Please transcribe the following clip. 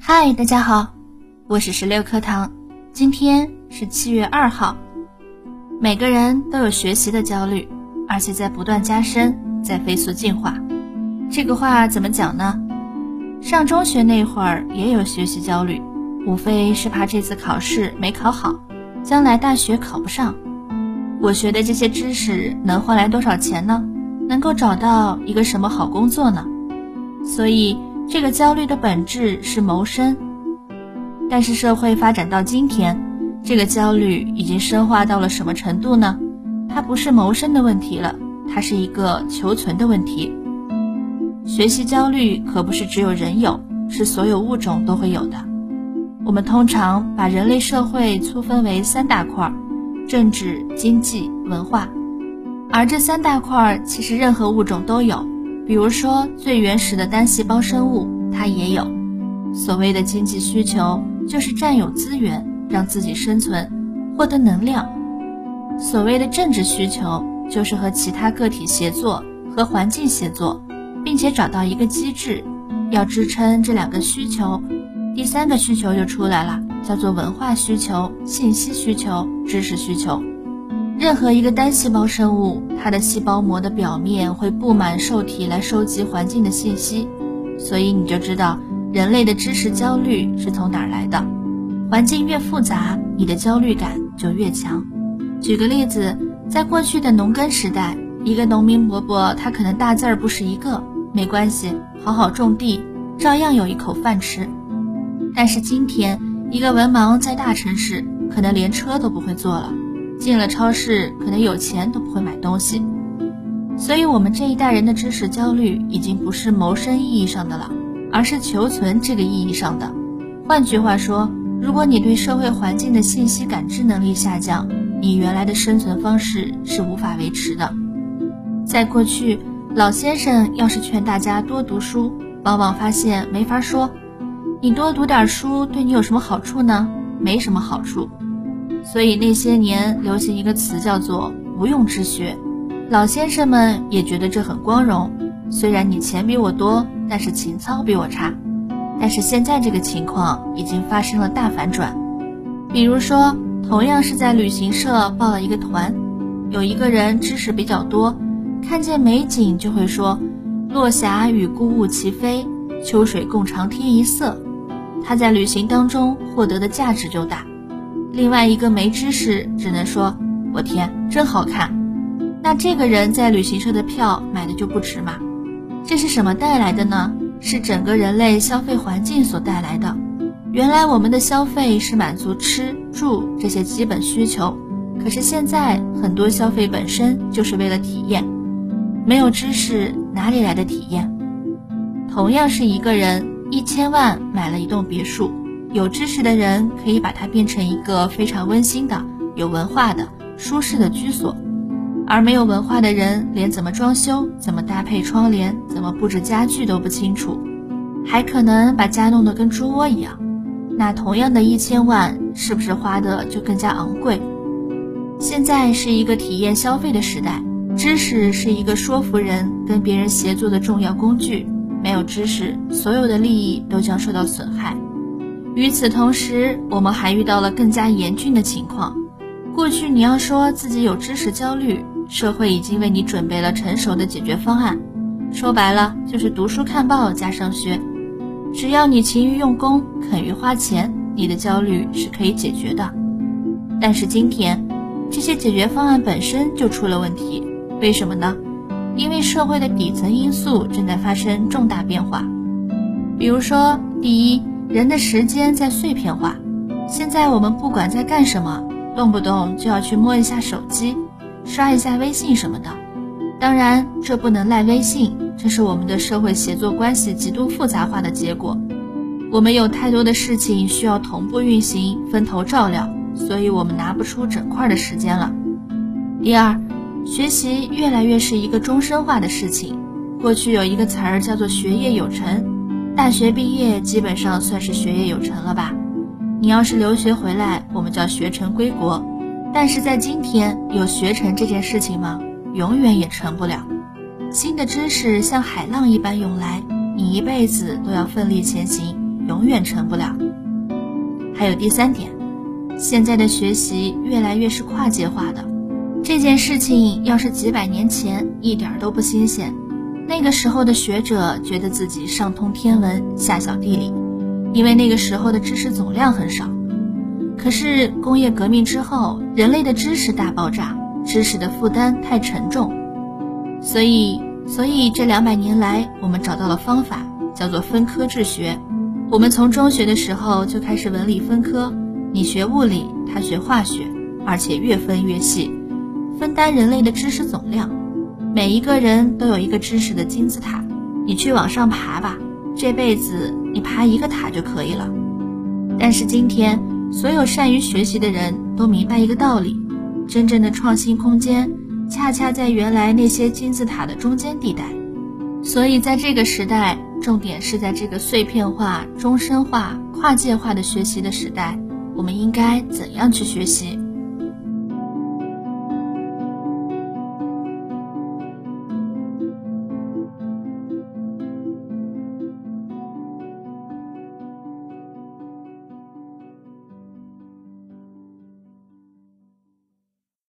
嗨，大家好，我是16课堂，今天是7月2号。每个人都有学习的焦虑，而且在不断加深，在飞速进化。这个话怎么讲呢？上中学那会儿也有学习焦虑，无非是怕这次考试没考好，将来大学考不上。我学的这些知识能换来多少钱呢？能够找到一个什么好工作呢？所以这个焦虑的本质是谋生。但是社会发展到今天，这个焦虑已经深化到了什么程度呢？它不是谋生的问题了，它是一个求存的问题。学习焦虑可不是只有人有，是所有物种都会有的。我们通常把人类社会粗分为3大块：政治、经济、文化。而这3大块其实任何物种都有，比如说最原始的单细胞生物，它也有。所谓的经济需求就是占有资源，让自己生存，获得能量。所谓的政治需求就是和其他个体协作，和环境协作，并且找到一个机制，要支撑这2个需求。第3个需求就出来了，叫做文化需求、信息需求、知识需求。任何一个单细胞生物，它的细胞膜的表面会布满受体来收集环境的信息，所以你就知道人类的知识焦虑是从哪儿来的。环境越复杂，你的焦虑感就越强。举个例子，在过去的农耕时代，一个农民伯伯他可能大字儿不是一个，没关系，好好种地，照样有一口饭吃。但是今天，一个文盲在大城市，可能连车都不会坐了，进了超市，可能有钱都不会买东西。所以我们这一代人的知识焦虑已经不是谋生意义上的了，而是求存这个意义上的。换句话说，如果你对社会环境的信息感知能力下降，你原来的生存方式是无法维持的。在过去，老先生要是劝大家多读书，往往发现没法说。你多读点书对你有什么好处呢？没什么好处。所以那些年流行一个词叫做无用之学，老先生们也觉得这很光荣，虽然你钱比我多，但是情操比我差。但是现在这个情况已经发生了大反转。比如说，同样是在旅行社报了一个团，有一个人知识比较多，看见美景就会说落霞与孤鹜齐飞，秋水共长天一色，他在旅行当中获得的价值就大。另外一个没知识，只能说我天，真好看。那这个人在旅行社的票买的就不值嘛？这是什么带来的呢？是整个人类消费环境所带来的。原来我们的消费是满足吃住这些基本需求，可是现在很多消费本身就是为了体验，没有知识哪里来的体验？同样是一个人1000万买了一栋别墅，有知识的人可以把它变成一个非常温馨的、有文化的、舒适的居所，而没有文化的人连怎么装修、怎么搭配窗帘、怎么布置家具都不清楚，还可能把家弄得跟猪窝一样。那同样的1000万，是不是花的就更加昂贵？现在是一个体验消费的时代，知识是一个说服人跟别人协作的重要工具，没有知识，所有的利益都将受到损害。与此同时，我们还遇到了更加严峻的情况。过去你要说自己有知识焦虑，社会已经为你准备了成熟的解决方案，说白了就是读书看报加上学。只要你勤于用功，肯于花钱，你的焦虑是可以解决的。但是今天，这些解决方案本身就出了问题。为什么呢？因为社会的底层因素正在发生重大变化。比如说，第一，人的时间在碎片化。现在我们不管在干什么，动不动就要去摸一下手机，刷一下微信什么的。当然，这不能赖微信，这是我们的社会协作关系极度复杂化的结果。我们有太多的事情需要同步运行，分头照料，所以我们拿不出整块的时间了。第二，学习越来越是一个终身化的事情。过去有一个词儿叫做学业有成，大学毕业基本上算是学业有成了吧。你要是留学回来，我们叫学成归国。但是在今天，有学成这件事情吗？永远也成不了。新的知识像海浪一般涌来，你一辈子都要奋力前行， 永远成不了。还有第3点，现在的学习越来越是跨界化的。这件事情要是几百年前一点都不新鲜，那个时候的学者觉得自己上通天文下晓地理，因为那个时候的知识总量很少。可是工业革命之后，人类的知识大爆炸，知识的负担太沉重，所以这200年来，我们找到了方法，叫做分科治学。我们从中学的时候就开始文理分科，你学物理，他学化学，而且越分越细，分担人类的知识总量。每一个人都有一个知识的金字塔，你去往上爬吧，这辈子你爬一个塔就可以了。但是今天，所有善于学习的人都明白一个道理，真正的创新空间恰恰在原来那些金字塔的中间地带。所以在这个时代，重点是在这个碎片化、终身化、跨界化的学习的时代，我们应该怎样去学习？